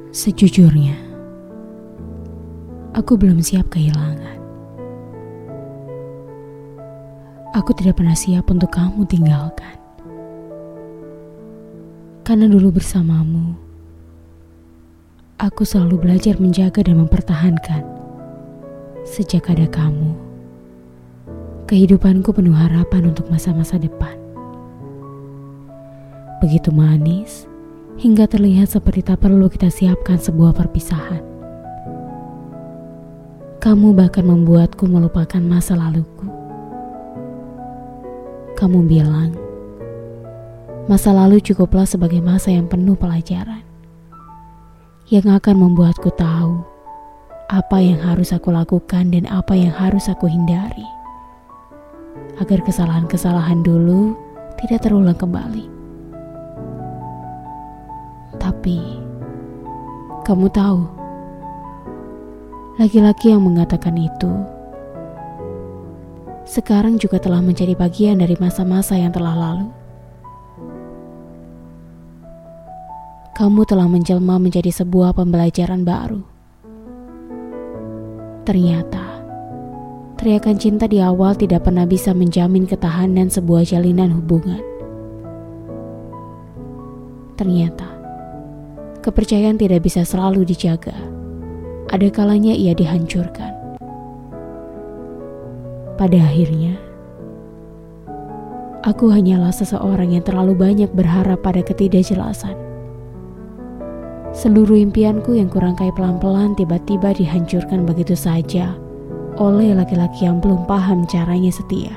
Sejujurnya, aku belum siap kehilangan. Aku tidak pernah siap untuk kamu tinggalkan. Karena dulu bersamamu, aku selalu belajar menjaga dan mempertahankan. Sejak ada kamu, kehidupanku penuh harapan untuk masa-masa depan. Begitu manis, hingga terlihat seperti tak perlu kita siapkan sebuah perpisahan. Kamu bahkan membuatku melupakan masa laluku. Kamu bilang, masa lalu cukuplah sebagai masa yang penuh pelajaran, yang akan membuatku tahu apa yang harus aku lakukan dan apa yang harus aku hindari, agar kesalahan-kesalahan dulu tidak terulang kembali. Tapi, kamu tahu, laki-laki yang mengatakan itu sekarang juga telah menjadi bagian dari masa-masa yang telah lalu. Kamu telah menjelma menjadi sebuah pembelajaran baru. Ternyata, teriakan cinta di awal tidak pernah bisa menjamin ketahanan sebuah jalinan hubungan. Ternyata, kepercayaan tidak bisa selalu dijaga. Ada kalanya ia dihancurkan. Pada akhirnya, aku hanyalah seseorang yang terlalu banyak berharap pada ketidakjelasan. Seluruh impianku yang kurangkai pelan-pelan tiba-tiba dihancurkan begitu saja oleh laki-laki yang belum paham caranya setia.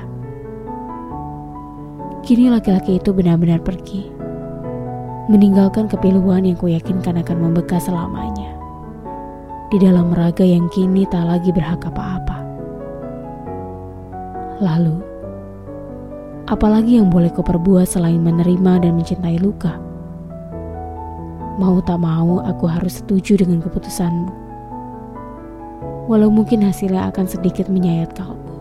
Kini laki-laki itu benar-benar pergi, meninggalkan kepiluan yang kuyakinkan akan membekas selamanya di dalam raga yang kini tak lagi berhak apa-apa. Lalu, apalagi yang boleh kau perbuat selain menerima dan mencintai luka? Mau tak mau, aku harus setuju dengan keputusanmu. Walau mungkin hasilnya akan sedikit menyayat kalbu.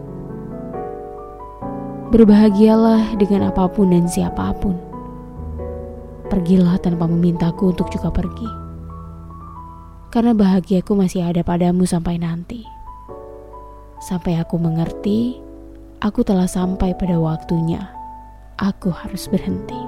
Berbahagialah dengan apapun dan siapapun. Pergilah tanpa memintaku untuk juga pergi. Karena bahagiaku masih ada padamu sampai nanti. Sampai aku mengerti, aku telah sampai pada waktunya. Aku harus berhenti.